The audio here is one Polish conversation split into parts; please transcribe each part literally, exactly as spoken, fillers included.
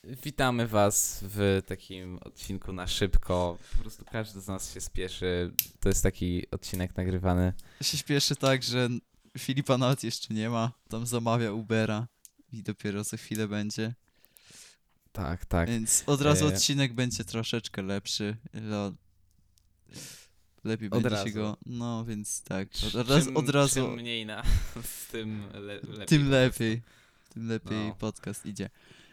Witamy was w takim odcinku na szybko. Po prostu każdy z nas się spieszy. To jest taki odcinek nagrywany. Ja się śpieszy tak, że Filipa nawet jeszcze nie ma. Tam zamawia Ubera i dopiero za chwilę będzie. Tak, tak. Więc od razu E, odcinek będzie troszeczkę lepszy. lo- Lepiej Od będzie razu. się go. No więc tak. Cz- Od, raz, czym, od razu. Czym mniej na tym le, lepiej. Tym po lepiej. Tym lepiej No. podcast idzie.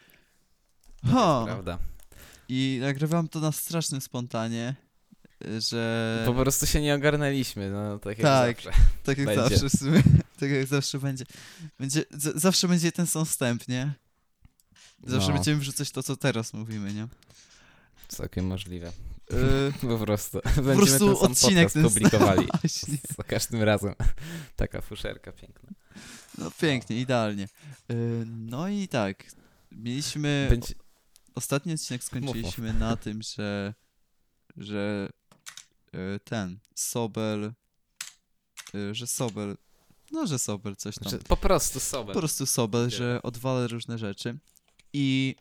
prostu. To Ha! jest prawda. I nagrywam to na strasznym spontanie, że. Po prostu się nie ogarnęliśmy, no tak jak Tak. zawsze. Tak jak będzie. zawsze w sumie. Tak jak zawsze będzie. będzie z- zawsze będzie ten sam wstęp, nie? Zawsze No. będziemy wrzucać to, co teraz mówimy, nie? Całkiem możliwe. Yy, Po prostu. po Będziemy prostu ten sam odcinek podcast ten publikowali. Właśnie. Za każdym razem. Taka fuszerka piękna. No pięknie, idealnie. Yy, no i tak, mieliśmy... Będzie... Ostatni odcinek skończyliśmy na tym, że... że yy, ten, Sobel... Yy, że Sobel... No, że Sobel coś tam. Znaczy, po prostu sobie. Po prostu Sobel, Nie. że odwala różne rzeczy. I...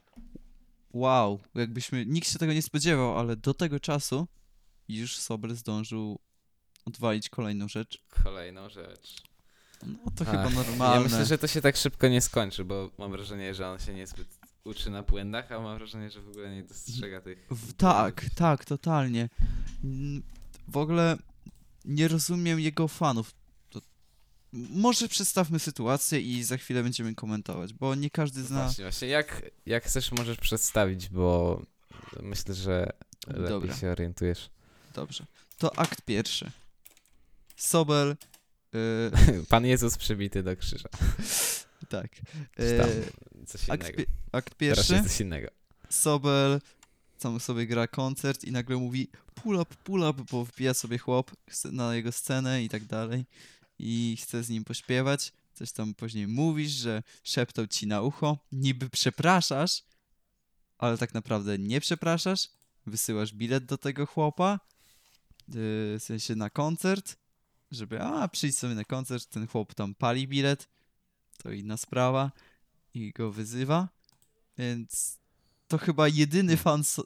Wow, jakbyśmy... Nikt się tego nie spodziewał, ale do tego czasu już Sobel zdążył odwalić kolejną rzecz. Kolejną rzecz. No to Ach, chyba Ja normalne. myślę, że to się tak szybko nie skończy, bo mam wrażenie, że on się niezbyt uczy na błędach, a mam wrażenie, że w ogóle nie dostrzega tych... W, tak, tak, totalnie. Mm, W ogóle nie rozumiem jego fanów. To, może przedstawmy sytuację i za chwilę będziemy komentować, bo nie każdy zna... Właśnie, właśnie. Jak, jak chcesz, możesz przedstawić, bo myślę, że lepiej Dobra. się orientujesz. Dobrze. To akt pierwszy. Sobel... y, Pan Jezus przybity do krzyża. tak. Czy tam y, coś akt, innego. pi- akt Raczej pierwszy. coś innego. Sobel sam sobie gra koncert i nagle mówi pull up, pull up, bo wbija sobie chłop chce- na jego scenę i tak dalej i chce z nim pośpiewać. Coś tam później mówisz, że szeptał ci na ucho, niby przepraszasz, ale tak naprawdę nie przepraszasz. Wysyłasz bilet do tego chłopa, yy, w sensie na koncert, żeby a przyjdź sobie na koncert, ten chłop tam pali bilet, to inna sprawa i go wyzywa, więc to chyba jedyny fan so-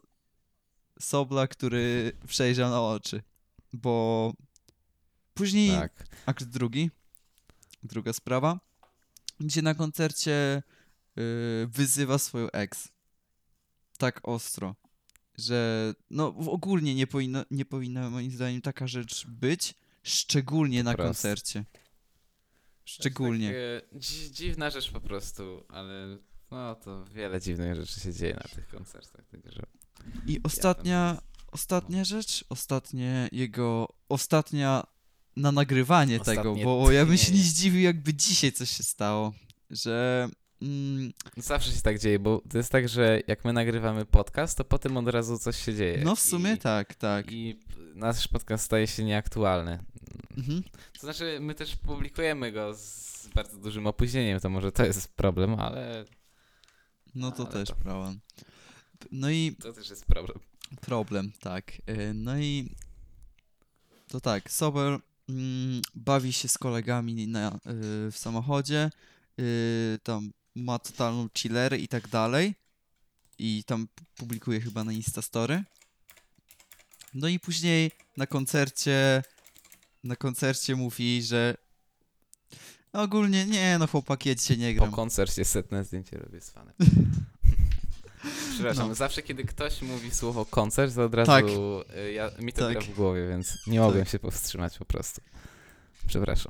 Sobla, który przejrzał na oczy, bo później Tak. akt drugi, druga sprawa, gdzie na koncercie yy, wyzywa swoją ex tak ostro, że no w- ogólnie nie powinno, nie powinna moim zdaniem taka rzecz być, szczególnie na Prost. koncercie. Szczególnie. Tak, e, dzi- dziwna rzecz po prostu, ale no to wiele dziwnych rzeczy się dzieje na tych koncertach. Także, że... I ostatnia, ostatnia rzecz, ostatnie jego, ostatnia na nagrywanie tego, Ostatnie bo ja bym się nie tchnienie. zdziwił, jakby dzisiaj coś się stało, że mm, Zawsze się tak dzieje, bo to jest tak, że jak my nagrywamy podcast, to potem od razu coś się dzieje. no w sumie I, tak, tak. I nasz podcast staje się nieaktualny. Mhm. To znaczy, my też publikujemy go z bardzo dużym opóźnieniem, to może to jest problem, ale No to Ale też to- prawda. No i to też jest problem. problem, tak. Y, No i to tak, Sobel mm, bawi się z kolegami na, y, w samochodzie, y, tam ma totalną chillerę i tak dalej i tam pu- publikuje chyba na Instastory. No i później na koncercie na koncercie mówi, że ogólnie nie no chłopaki, ja dzisiaj nie Po gram. koncercie setne zdjęcie robię z fanem. Przepraszam, No. zawsze kiedy ktoś mówi słowo koncert, to od razu Tak. y, ja, mi to Tak. gra w głowie, więc nie mogłem Tak. się powstrzymać po prostu. Przepraszam.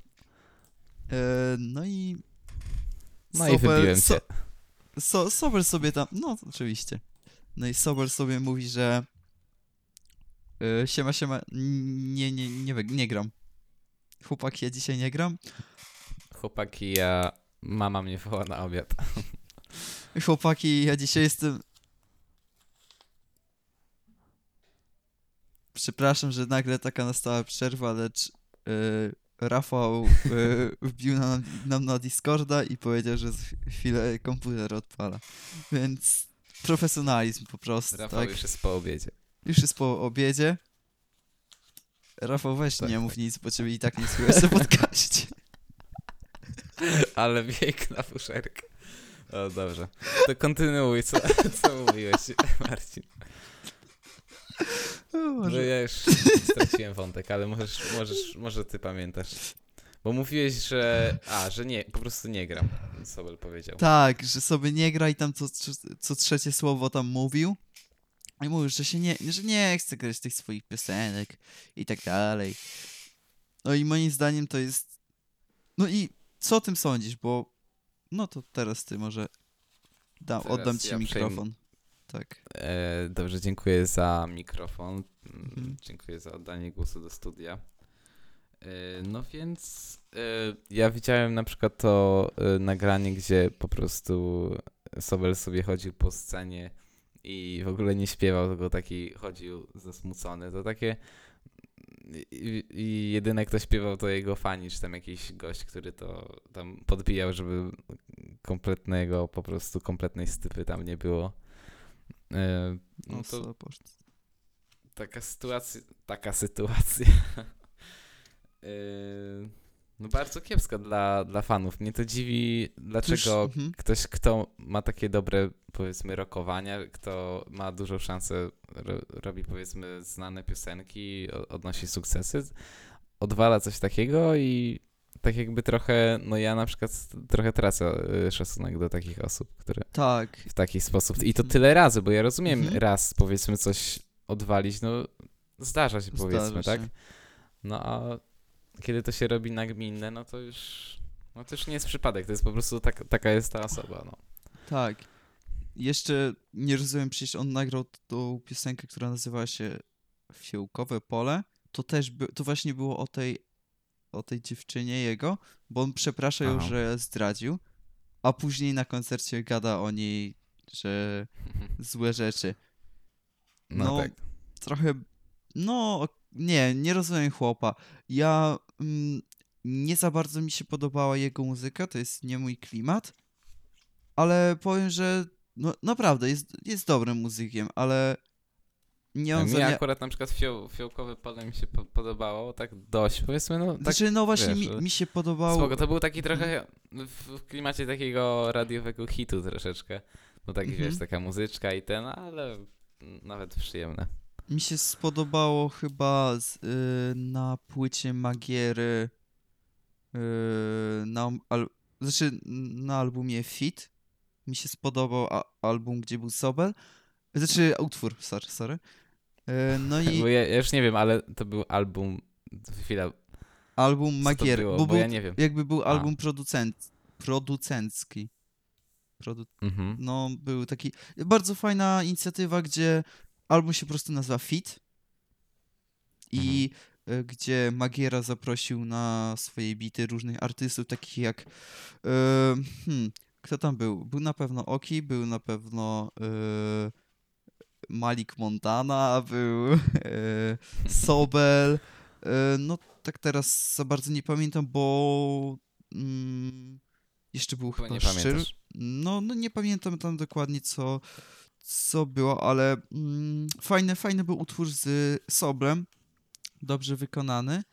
E, no i No i Sobel- wybiłem So- cię. So, Sobel sobie tam, no oczywiście. No i Sobel sobie mówi, że yy, siema, siema, nie, nie, nie, we- nie gram. Chłopaki, ja dzisiaj nie gram. Chłopaki, ja... Mama mnie woła na obiad. Chłopaki, ja dzisiaj jestem... Przepraszam, że nagle taka nastała przerwa, lecz yy, Rafał yy, wbił nam, nam na Discorda i powiedział, że za chwilę komputer odpala. Więc profesjonalizm po prostu, Rafał tak? już jest po obiedzie. Już jest po obiedzie. Rafał, weź Tak, nie tak. mów nic, bo ciebie i tak nie słychać na podcaście. Ale piękna fuszerka. O, dobrze. To kontynuuj, co, co mówiłeś, Marcin. O, Bo może... ja już straciłem wątek, ale możesz, możesz, może ty pamiętasz. Bo mówiłeś, że... A, że nie, po prostu nie gram, Sobel powiedział. Tak, że sobie nie gra i tam co, co trzecie słowo tam mówił. I mówił, że się nie, że nie chce grać tych swoich piosenek i tak dalej. No i moim zdaniem to jest... No i co o tym sądzisz, bo... No to teraz ty może... Da, Teraz oddam ci ja mikrofon. Tak. E, dobrze, dziękuję za mikrofon. Mm, Mhm. Dziękuję za oddanie głosu do studia. E, no więc e, ja widziałem na przykład to e, nagranie, gdzie po prostu Sobel sobie chodził po scenie i w ogóle nie śpiewał, tylko taki chodził zasmucony. To takie... I, i jedyne kto śpiewał to jego fani, czy tam jakiś gość, który to tam podbijał, żeby kompletnego, po prostu kompletnej stypy tam nie było. E, No no to co, poszło. taka sytuacja, taka sytuacja. Yy, no bardzo kiepska dla, dla fanów. Mnie to dziwi, dlaczego mhm. ktoś, kto ma takie dobre, powiedzmy, rockowania, kto ma dużą szansę, ro, robi, powiedzmy, znane piosenki, o, odnosi sukcesy, odwala coś takiego i tak jakby trochę, no ja na przykład trochę tracę y, szacunek do takich osób, które Tak. w taki sposób. I to Mhm. tyle razy, bo ja rozumiem Mhm. raz, powiedzmy, coś odwalić, no zdarza się, powiedzmy, Zdarza tak? się. No a kiedy to się robi nagminne, no to już, no to już nie jest przypadek, to jest po prostu tak, taka jest ta osoba, no. Tak. Jeszcze nie rozumiem, przecież on nagrał tą piosenkę, która nazywała się Fiołkowe Pole. To też by, to właśnie było o tej, o tej dziewczynie jego, bo on przeprasza ją, Aha. że zdradził, a później na koncercie gada o niej, że złe rzeczy. No, No, tak. trochę, no, nie, nie rozumiem chłopa. Ja, mm, nie za bardzo mi się podobała jego muzyka, to jest nie mój klimat, ale powiem, że no, naprawdę jest, jest dobrym muzykiem, ale nie on Mi zamia... akurat na przykład fioł, fiołkowe pole mi się po, podobało, tak dość, powiedzmy, no tak, Znaczy, no właśnie wiesz, mi, ale- mi się podobał... spoko, to był taki trochę w, w klimacie takiego radiowego hitu troszeczkę, bo tak, Mhm. wiesz, taka muzyczka i ten, ale nawet przyjemne. Mi się spodobało chyba z, y, na płycie Magiery, y, na, al, znaczy na albumie Fit. Mi się spodobał a, album, gdzie był Sobel. Znaczy utwór, sorry, sorry. Y, no Bo i ja, ja już nie wiem, ale to był album, chwila, album co to Magiery, było, bo, bo był, ja nie wiem. jakby był A. album producent, producencki. Produ, Mhm. no był taki, bardzo fajna inicjatywa, gdzie album się po prostu nazywa Fit. I y, gdzie Magiera zaprosił na swoje bity różnych artystów, takich jak... y, hmm, kto tam był? Był na pewno Oki, był na pewno y, Malik Montana, był y, Sobel. Y, no tak teraz za bardzo nie pamiętam, bo mm, jeszcze był Chyba chyba nie Szczyl. pamiętasz. No, no nie pamiętam tam dokładnie co, co było, ale mm, fajny, fajny był utwór z Soblem. Dobrze wykonany.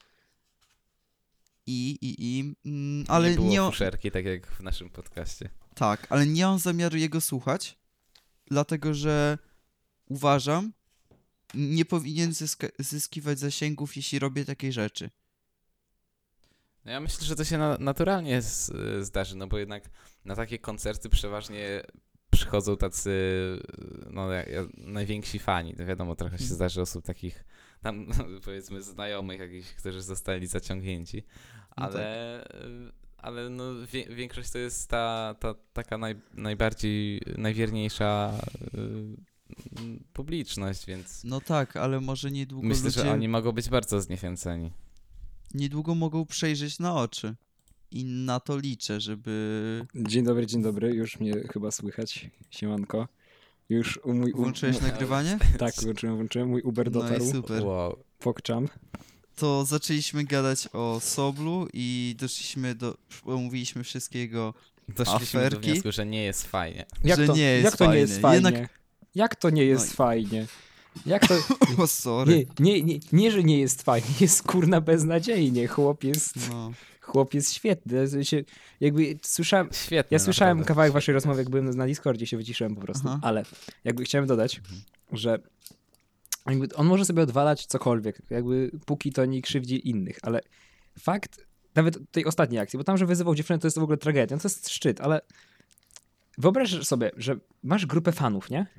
I, i, i. Mm, ale nie było nie, o- fuszerki, tak jak w naszym podcaście. tak, ale nie mam zamiaru jego słuchać, dlatego że uważam, nie powinien zyska- zyskiwać zasięgów, jeśli robię takie rzeczy. No ja myślę, że to się na, naturalnie z, zdarzy, no bo jednak na takie koncerty przeważnie przychodzą tacy, no ja, ja, najwięksi fani. No wiadomo, trochę się Mhm. zdarzy osób takich, tam powiedzmy znajomych jakichś, którzy zostali zaciągnięci, No ale, ale no wie, większość to jest ta, ta taka naj, najbardziej, najwierniejsza y, publiczność, więc No tak, ale może niedługo myślę, ludzie że oni mogą być bardzo zniechęceni. niedługo mogą przejrzeć na oczy. I na to liczę, żeby... Dzień dobry, dzień dobry. Już mnie chyba słychać. Siemanko. Już u mój... U, Włączyłeś mu- nagrywanie? Tak, włączyłem, włączyłem. Mój Uber No i dotarł. super. Wow. Pokczam. To zaczęliśmy gadać o Soblu i doszliśmy do... Omówiliśmy wszystkiego. Doszliśmy do Aferki? wniosku, że nie jest fajnie. Jak Że to nie jest jak to nie jest fajny. fajnie? Jednak- Jak to nie jest No i- fajnie? Jak to... O, sorry. Nie, nie, nie, nie, że nie jest fajnie. Jest kurna beznadziejnie. Chłop jest... No. chłop jest świetny. W sensie, jakby słyszałem, Świetnie. ja słyszałem naprawdę, kawałek świetnie. waszej rozmowy, jak byłem na Discordzie, się wyciszyłem po prostu, Aha. ale jakby chciałem dodać, Mhm. że jakby on może sobie odwalać cokolwiek, jakby póki to nie krzywdzi innych, ale fakt, nawet tej ostatniej akcji, bo tam, że wyzywał dziewczynę, to jest w ogóle tragedia, to jest szczyt, ale wyobraź sobie, że masz grupę fanów, nie?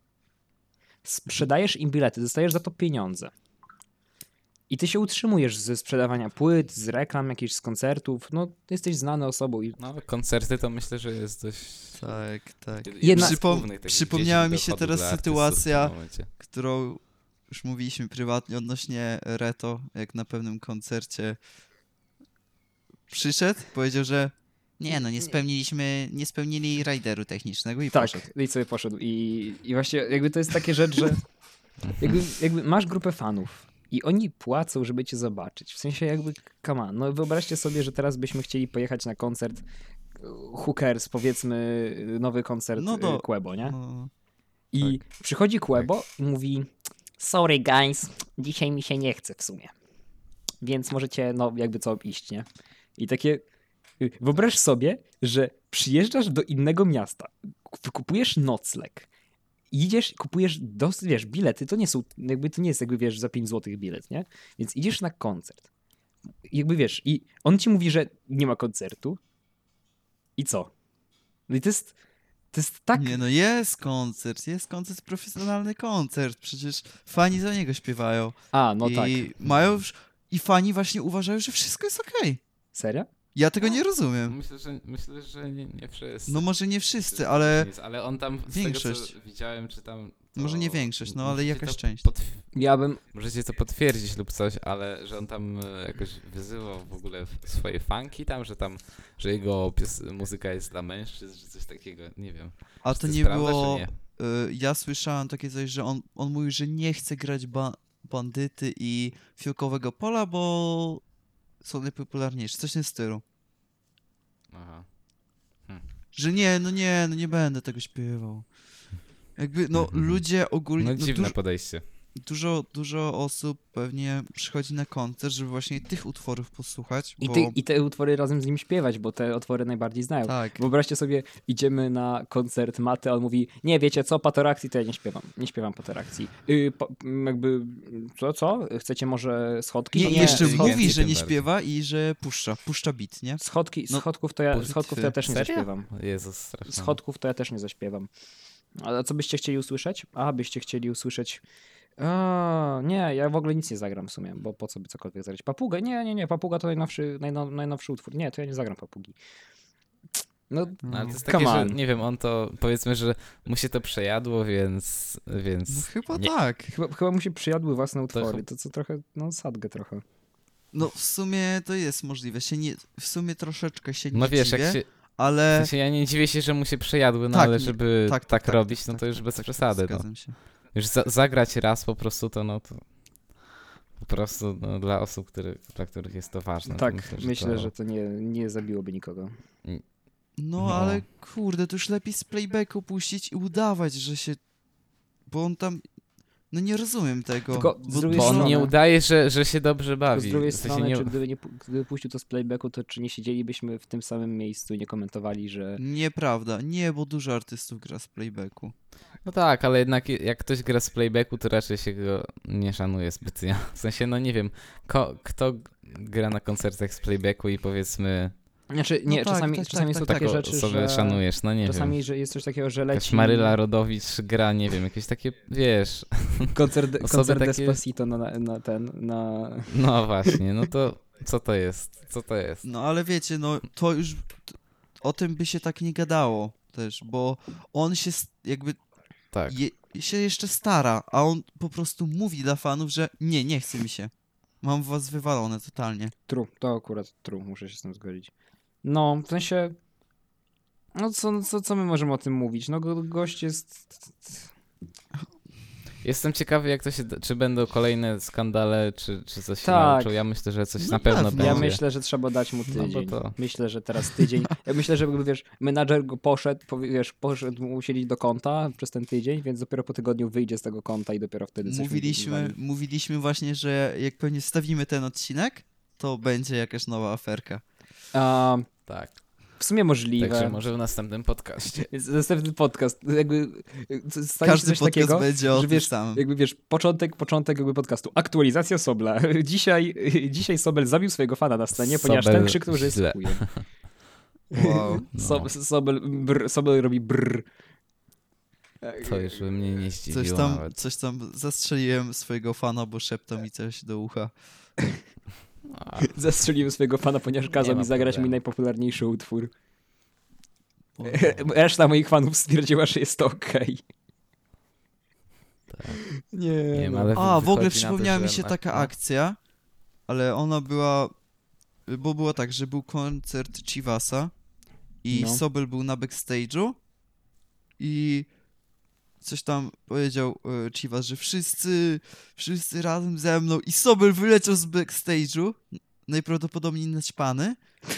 Sprzedajesz im bilety, dostajesz za to pieniądze. I ty się utrzymujesz ze sprzedawania płyt, z reklam, jakichś z koncertów, no ty jesteś znany osobą i No ale koncerty to myślę, że jest dość... Tak, tak. Jedna- z Przypom- głównych takich przypomniała dziedzin mi się dochodu teraz dla artystów sytuacja- w tym momencie. Którą już mówiliśmy prywatnie odnośnie Reto, jak na pewnym koncercie przyszedł, powiedział, że nie no, nie spełniliśmy, nie spełnili rideru technicznego i tak, poszedł. i sobie poszedł. I, I właśnie jakby to jest takie rzecz, że jakby, jakby masz grupę fanów i oni płacą, żeby cię zobaczyć. W sensie jakby, come on, no wyobraźcie sobie, że teraz byśmy chcieli pojechać na koncert Hookers, powiedzmy nowy koncert No no do- Quebo, nie? No, I przychodzi Quebo i mówi sorry guys, dzisiaj mi się nie chce w sumie. Więc możecie, no jakby co, iść, nie? I takie, y, wyobraź sobie, że przyjeżdżasz do innego miasta, kupujesz nocleg, idziesz, kupujesz, dos, wiesz, bilety, to nie są, jakby to nie jest jakby, wiesz, za pięć złotych bilet, nie? Więc idziesz na koncert. Jakby, wiesz, i on ci mówi, że nie ma koncertu. I co? No i to jest, to jest tak... Nie no, jest koncert, jest koncert, profesjonalny koncert, przecież fani za niego śpiewają. A, no I tak. mają już, i fani właśnie uważają, że wszystko jest okej. Serio? Ja tego nie rozumiem. Myślę, że, myślę, że nie, nie wszyscy. No może nie wszyscy, ale Nic, ale on tam, z większość. tego co widziałem, czy tam... To... Może nie większość, no ale możecie jakaś to część. potw- Ja bym... Możecie to potwierdzić lub coś, ale że on tam e, jakoś wyzywał w ogóle w- swoje fanki tam, że tam, że jego pies- muzyka jest dla mężczyzn, czy coś takiego, nie wiem. A Czy to to nie sprawdza, było... czy nie? y, ja słyszałem takie coś, że on, on mówił, że nie chce grać ba bandyty i fiolkowego pola, bo są najpopularniejsze. Coś w tym stylu. Aha. Że nie, no nie, no nie będę tego śpiewał. Jakby, no Mhm. ludzie ogólnie... No No, dziwne dużo, podejście. dużo, dużo osób pewnie przychodzi na koncert, żeby właśnie tych utworów posłuchać, I, bo... ty, I te utwory razem z nim śpiewać, bo te utwory najbardziej znają. Tak. Wyobraźcie sobie, idziemy na koncert Maty, a on mówi, nie, wiecie co, Patorakcji to ja nie śpiewam. Nie śpiewam Patorakcji. Yy, po, m, jakby, co, co? Chcecie może schodki? Nie, No i jeszcze nie, mówi, nie, że tym nie bardziej. śpiewa i że puszcza, puszcza beat, nie? Schodki, No, schodków, to ja, pozytywy. schodków to ja też nie Serio? zaśpiewam. Jezus, strasznie. Schodków to ja też nie zaśpiewam. Ale co byście chcieli usłyszeć? A, byście chcieli usłyszeć... A, nie, ja w ogóle nic nie zagram w sumie, bo po co by cokolwiek zagrać? Papuga? Nie, nie, nie, Papuga to najnowszy, najnow, najnowszy utwór. Nie, to ja nie zagram Papugi. No, No, ale to jest Come takie, że on. nie wiem, on to, powiedzmy, że mu się to przejadło, więc, więc No chyba nie. tak. chyba, chyba mu się przyjadły własne utwory, chyba- to co trochę, no sadgę trochę. No w sumie to jest możliwe, się nie, w sumie troszeczkę się nie No wiesz, dziwię, jak się, w ale... sensie ja nie dziwię się, że mu się przejadły, no Tak, ale nie- żeby tak, tak, tak, tak, robić, tak, no tak, to już tak, bez tak, przesady, no. Zgadzam się. Już za, zagrać raz po prostu to, no to po prostu no, dla osób, który, dla których jest to ważne. to tak, myślę, że myślę, to... że to nie, nie zabiłoby nikogo. No, No. ale kurde, to już lepiej z playbacku puścić i udawać, że się... Bo on tam... No nie rozumiem tego. Tylko z bo, drugiej Bo on strony- nie udaje, że, że się dobrze Tylko bawi. z drugiej W sensie strony, nie... czy gdyby, nie, pu- gdyby puścił to z playbacku, to czy nie siedzielibyśmy w tym samym miejscu i nie komentowali, że... Nieprawda, nie, bo dużo artystów gra z playbacku. No tak, ale jednak jak ktoś gra z playbacku, to raczej się go nie szanuje zbytnio. W sensie, no nie wiem, ko, kto gra na koncertach z playbacku i powiedzmy Znaczy, nie, No tak, czasami, tak, czasami tak, są tak, takie taką rzeczy, osobę że... szanujesz, no nie Czasami, wiem. że jest coś takiego, że Jakaś leci Maryla Rodowicz gra, nie wiem, jakieś takie, wiesz, koncert, osoby koncert takie- Despacito na, na, na ten, na... no właśnie, no to co to jest? Co to jest? No ale wiecie, no to już... t- O tym by się tak nie gadało też, bo on się s- jakby Tak. je, się jeszcze stara, a on po prostu mówi dla fanów, że nie, nie chce mi się. Mam was wywalone totalnie. True, to akurat true, muszę się z tym zgodzić. No, w sensie... No co, co, co my możemy o tym mówić? No go, gość jest... Jestem ciekawy, jak to się, czy będą kolejne skandale, czy, czy coś się Tak. nauczył. Ja myślę, że coś No na pewno pewnie. będzie. Ja myślę, że trzeba dać mu No bo tydzień. to- Myślę, że teraz tydzień. Ja myślę, że jakby, wiesz, menadżer go poszedł, powie- wiesz, poszedł mu siedzieć do konta przez ten tydzień, więc dopiero po tygodniu wyjdzie z tego konta i dopiero wtedy coś Mówiliśmy, wywali. mówiliśmy właśnie, że jak pewnie wstawimy ten odcinek, to będzie jakaś nowa aferka. A, Tak. w sumie możliwe. Także może w następnym podcaście. Następny podcast, jakby co- stanie się Każdy coś podcast takiego, będzie o że tym wiesz, samym. jakby wiesz, początek, początek jakby podcastu. Aktualizacja Sobla. Dzisiaj, dzisiaj Sobel zabił swojego fana na scenie, ponieważ Sobel ten krzyknął, że jest źle. chujem. Wow. So, Sobel, brr, Sobel robi brr. To już by mnie nie Coś zdziwiło tam, nawet. coś tam zastrzeliłem swojego fana, bo szeptał mi coś do ucha. A, Zastrzeliłem swojego fana, ponieważ kazał ma mi zagrać problemu. mi najpopularniejszy utwór. O, Reszta moich fanów stwierdziła, że jest to okej. tak. Nie, Nie wiem, no. ale A, w ogóle wychodzi na to, przypomniała mi że się na- taka no. akcja, ale ona była, bo było tak, że był koncert Chivasa i No. Sobel był na backstage'u i coś tam powiedział e, Chivas, że wszyscy, wszyscy razem ze mną i Sobel wyleciał z backstage'u, najprawdopodobniej naćpany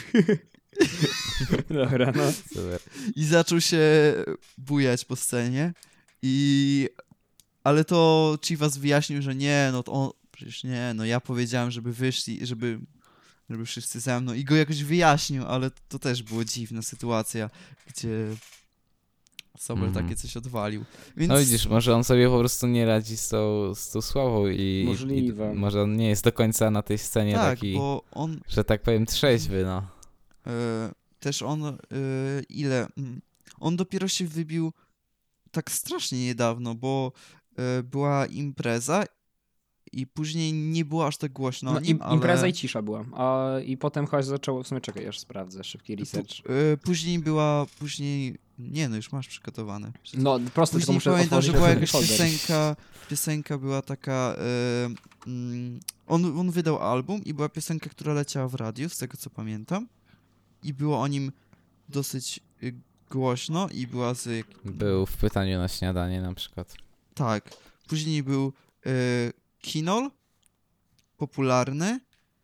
Dobra, no. Super. i zaczął się bujać po scenie i ale to Chivas wyjaśnił, że nie, no to on, przecież nie, no ja powiedziałem, żeby wyszli, żeby, żeby wszyscy ze mną i go jakoś wyjaśnił, ale to też była dziwna sytuacja, gdzie Sobel Mhm. takie coś odwalił. Więc No widzisz, może on sobie po prostu nie radzi z tą, z tą sławą i, Możliwe. i może on nie jest do końca na tej scenie tak, taki, bo on że tak powiem, trzeźwy, no. e, też on e, ile, mm, on dopiero się wybił tak strasznie niedawno, bo e, była impreza i później nie było aż tak głośno No, o nim, im, ale... impreza i cisza była. A, I potem chodź zaczęło, w sumie czekaj, aż sprawdzę, szybki research. P- y, później była, później, nie no już masz przygotowane. No, prosto, tylko Później muszę pamiętam, otworzyć że była ten jakaś folder. piosenka, piosenka była taka, y, mm, on, on wydał album i była piosenka, która leciała w radiu, z tego co pamiętam. I było o nim dosyć y, głośno i była z... jak- Był w pytaniu na śniadanie na przykład. Tak. Później był y, Kinol, popularny,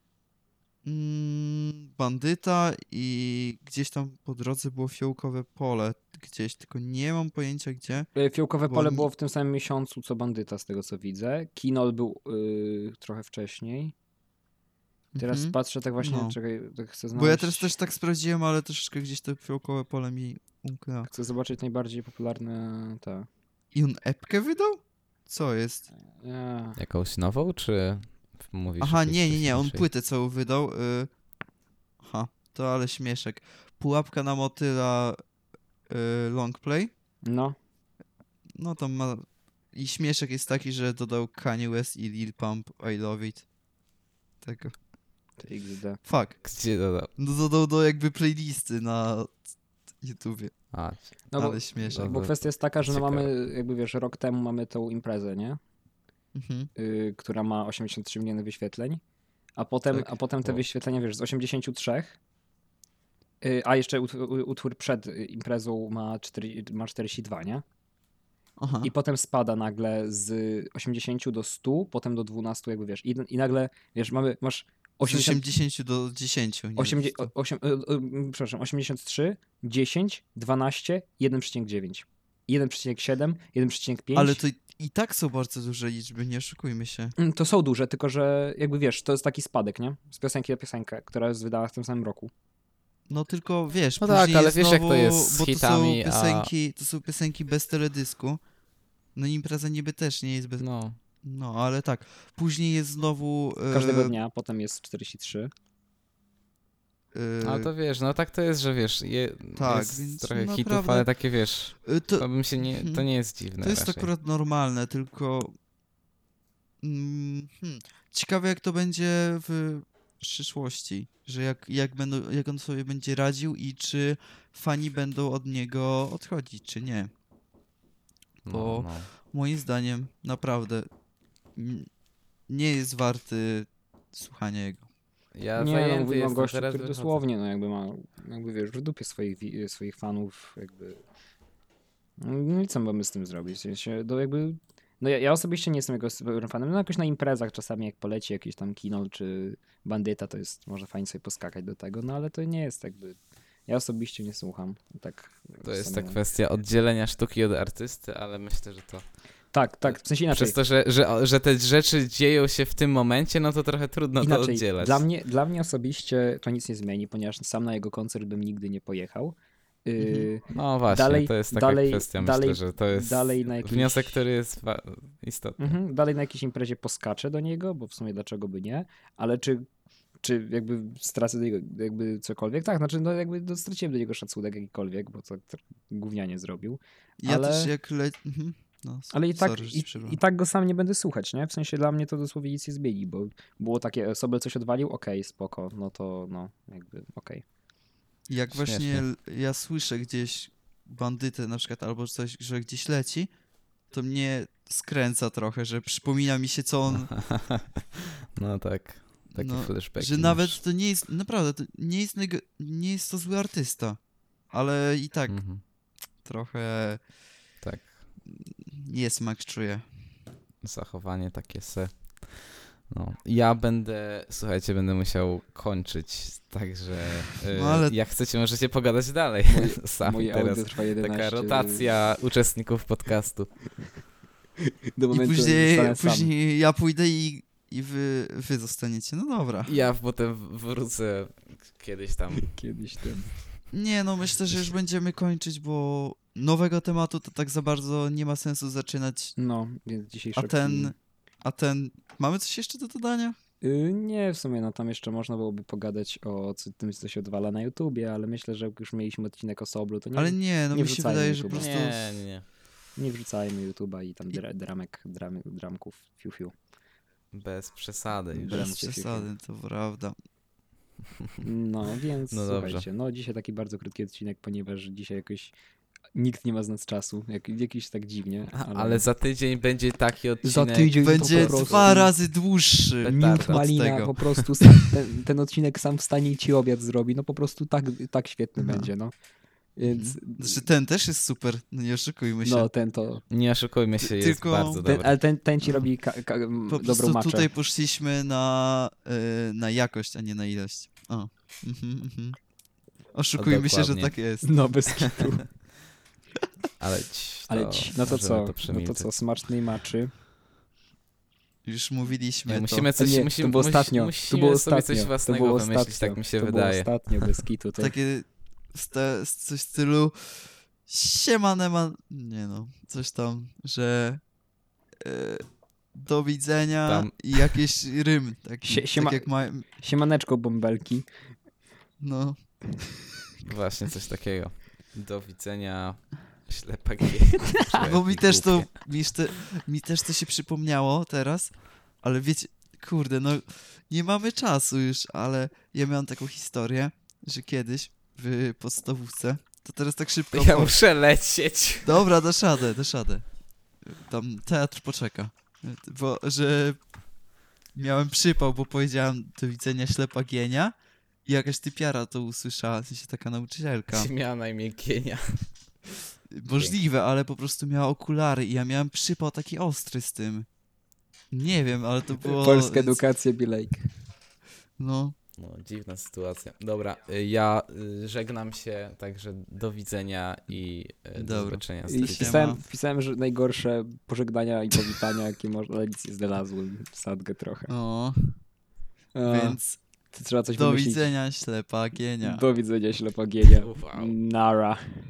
mm, Bandyta i gdzieś tam po drodze było Fiołkowe Pole, gdzieś, tylko nie mam pojęcia gdzie. E, Fiołkowe bo pole nie- było w tym samym miesiącu, co Bandyta, z tego co widzę. Kinol był y, trochę wcześniej. Teraz Mhm. patrzę tak właśnie, No. czekaj, tak chcę znaleźć. Bo ja teraz też tak sprawdziłem, ale troszeczkę gdzieś to Fiołkowe Pole mi umknęło. Chcę zobaczyć najbardziej popularne te... I on epkę wydał? Co jest? Nie. Jakąś nową, czy mówisz Aha, jakiejś nie, nie, nie, on wcześniejszej? płytę całą wydał. Y... Aha, to ale śmieszek. Pułapka na motyla y, longplay. No. No tam ma... I śmieszek jest taki, że dodał Kanye West i Lil Pump I Love It. Tego. To X D. Fuck. Gdzie dodał? No dodał do jakby playlisty na YouTubie. A, No bo, Ale śmieszek. Dobra. bo kwestia jest taka, że no Ciekawe. mamy, jakby wiesz, rok temu mamy tą imprezę, nie? Mhm. Y, która ma osiemdziesiąt trzy miliony wyświetleń, a potem, Tak. a potem te O. wyświetlenia, wiesz, z osiemdziesięciu trzech, y, a jeszcze ut, u- utwór przed y, imprezą ma, cztery, ma czterdzieści dwa, nie? Aha. I potem spada nagle z osiemdziesięciu do stu, potem do dwunastu, jakby wiesz, i, i nagle, wiesz, mamy, masz Z osiemdziesiąt, osiemdziesiąt do dziesięciu. nie do osiemdziesiąt, stu. osiem, y, y, przepraszam, osiemdziesiąt trzy, dziesięć, dwanaście, jeden przecinek dziewięć, jeden przecinek siedem, jeden przecinek pięć. Ale to i, i tak są bardzo duże liczby, nie oszukujmy się. Mm, To są duże, tylko że jakby wiesz, to jest taki spadek, nie? Z piosenki na piosenkę, która jest wydana w tym samym roku. No tylko wiesz, No tak, później ale jest wiesz, jak to znowu, jest z bo hitami, to a- są piosenki, to są piosenki bez teledysku. No i impreza niby też nie jest bez... No, no. ale tak. Później jest znowu... e, Każdego dnia, potem jest czterdzieści trzy. e, No to wiesz, no tak to jest, że wiesz, je, Tak, jest więc trochę no hitów, naprawdę- ale takie wiesz, e, to to, bym się nie, to Mhm. nie jest dziwne to jest raczej. akurat normalne, tylko... Mm, hmm. Ciekawe jak to będzie w przyszłości, że jak, jak, będą, jak on sobie będzie radził i czy fani będą od niego odchodzić, czy nie. No, bo- no. Moim zdaniem naprawdę mm, nie jest warty słuchania jego. Ja Nie, no zajęty mówimy o jestem, gościu, teraz który wychodzę. dosłownie, no jakby ma, jakby wiesz, w dupie swoich, wi- swoich fanów, jakby... No i co mamy z tym zrobić? W sensie, no jakby... No ja, ja osobiście nie jestem jego superem fanem, no jakoś na imprezach czasami jak poleci jakiś tam Kinol czy Bandyta, to jest, może fajnie sobie poskakać do tego, no ale to nie jest jakby... Ja osobiście nie słucham. Tak To jest ta czasami- kwestia oddzielenia sztuki od artysty, ale myślę, że to Tak, tak, w sensie inaczej. Przez to, że, że, że te rzeczy dzieją się w tym momencie, no to trochę trudno to Inaczej, oddzielać. dla mnie, dla mnie osobiście to nic nie zmieni, ponieważ sam na jego koncert bym nigdy nie pojechał. Yy, No właśnie, dalej- to jest taka dalej- kwestia, dalej- myślę, że to jest dalej na jakiejś- wniosek, który jest wa- istotny. mhm, dalej na jakiejś imprezie poskaczę do niego, bo w sumie dlaczego by nie, ale czy, czy jakby stracę do niego jakby cokolwiek? Tak, znaczy no jakby no, straciłem do niego szacunek jakikolwiek, bo to, to gównianie zrobił. Ja Ale- też jak le... Mhm. No, Ale i tak, sorry, że i, przerwałem. i tak go sam nie będę słuchać, nie? W sensie dla mnie to dosłownie nic nie zmieni, bo było takie, sobie coś odwalił, okej, spoko, no to no, jakby okej. Jak właśnie Śmiesznie. l- ja słyszę gdzieś bandytę na przykład albo coś, że gdzieś leci, to mnie skręca trochę, że przypomina mi się co on, No tak, takie no, flashbacki że masz. nawet to nie jest, naprawdę, to nie jest, neg- nie jest to zły artysta, ale i tak Mhm, trochę tak, niesmak czuję. zachowanie takie se. No. Ja będę, słuchajcie, będę musiał kończyć, także y, No ale- jak chcecie, możecie pogadać dalej sami Moje teraz. audio trwa jedenaście... Taka rotacja uczestników podcastu. Do I momentu, później, zostanę sam. później ja pójdę i, i wy, wy zostaniecie, no dobra. Ja potem wrócę kiedyś tam. Kiedyś ten... Nie, no myślę, że już będziemy kończyć, bo nowego tematu to tak za bardzo nie ma sensu zaczynać. No, więc dzisiejszy A ten, odcinek- a ten, mamy coś jeszcze do dodania? Y, nie, w sumie, no tam jeszcze można byłoby pogadać o co- tym, co się odwala na YouTubie, ale myślę, że jak już mieliśmy odcinek o Soblu, to nie, Ale nie, no nie mi się wrzucajmy wydaje, że po YouTube'a. prostu... Nie, nie, nie. nie wrzucajmy YouTube'a i tam dra, dramek, dram, dramków, fiu fiu. Bez przesady już. Bez Bez Bramcie się przesady, to prawda. No, więc No dobrze. słuchajcie, no dzisiaj taki bardzo krótki odcinek, ponieważ dzisiaj jakoś nikt nie ma z nas czasu, jak, jakiś tak dziwnie, A, ale, ale za tydzień będzie taki odcinek. za tydzień to Będzie po prostu... dwa razy dłuższy Petarda. Miód od malina, tego. po prostu sam, ten, ten odcinek sam wstanie i ci obiad zrobi, no po prostu tak, tak świetny No. będzie, no. Więc, Znaczy ten też jest super, no nie oszukujmy się. no ten to, Nie oszukujmy się, jest Tylko bardzo ten, dobry. ale ten, ten ci robi ka, ka, po dobrą prostu maczę. tutaj poszliśmy na, y, na jakość, a nie na ilość. O. Mhm, mhm. Oszukujmy się, że dokładnie. tak jest. No bez kitu. Ale, ci, Ale to ci, no to możemy co, To no to przemilczeć. co, smacznej maczy. Już mówiliśmy Nie, to. musimy coś, nie, musimy, to było musi- ostatnio, musimy to było sobie ostatnio, coś to własnego było wymyślić, ostatnio, tak mi się to wydaje. było ostatnio, bez kitu. To... Takie ste, coś w stylu siemanema, nie no, coś tam, że e, do widzenia Tam. i jakiś rym, taki, Sie- siema- tak jak ma, Siemaneczko bąbelki. no, Właśnie, coś takiego. Do widzenia, ślepak. bo mi też to, mi, te, mi też to się przypomniało teraz, ale wiecie, kurde, no nie mamy czasu już, ale ja miałem taką historię, że kiedyś w podstawówce, to teraz tak szybko... Ja po- muszę lecieć. Dobra, dasz radę, dasz radę. Tam teatr poczeka. Bo, że miałem przypał, bo powiedziałem do widzenia ślepa Gienia i jakaś typiara to usłyszała, w sensie taka nauczycielka. Miała na imię Gienia. Możliwe, ale po prostu miała okulary i ja miałem przypał taki ostry z tym. Nie wiem, ale to było... Polska edukacja be like. No, No, dziwna sytuacja. Dobra, y, ja y, żegnam się, także do widzenia i y, do Dobra. zobaczenia. I z tydzień. Siema. wpisałem, wpisałem, że najgorsze pożegnania i powitania, jakie można, ale nic nie znalazłem. Sadgę trochę. no, A, więc to trzeba coś do wymyślić. widzenia ślepa Gienia. Do widzenia, ślepa Gienia. Wow. Nara.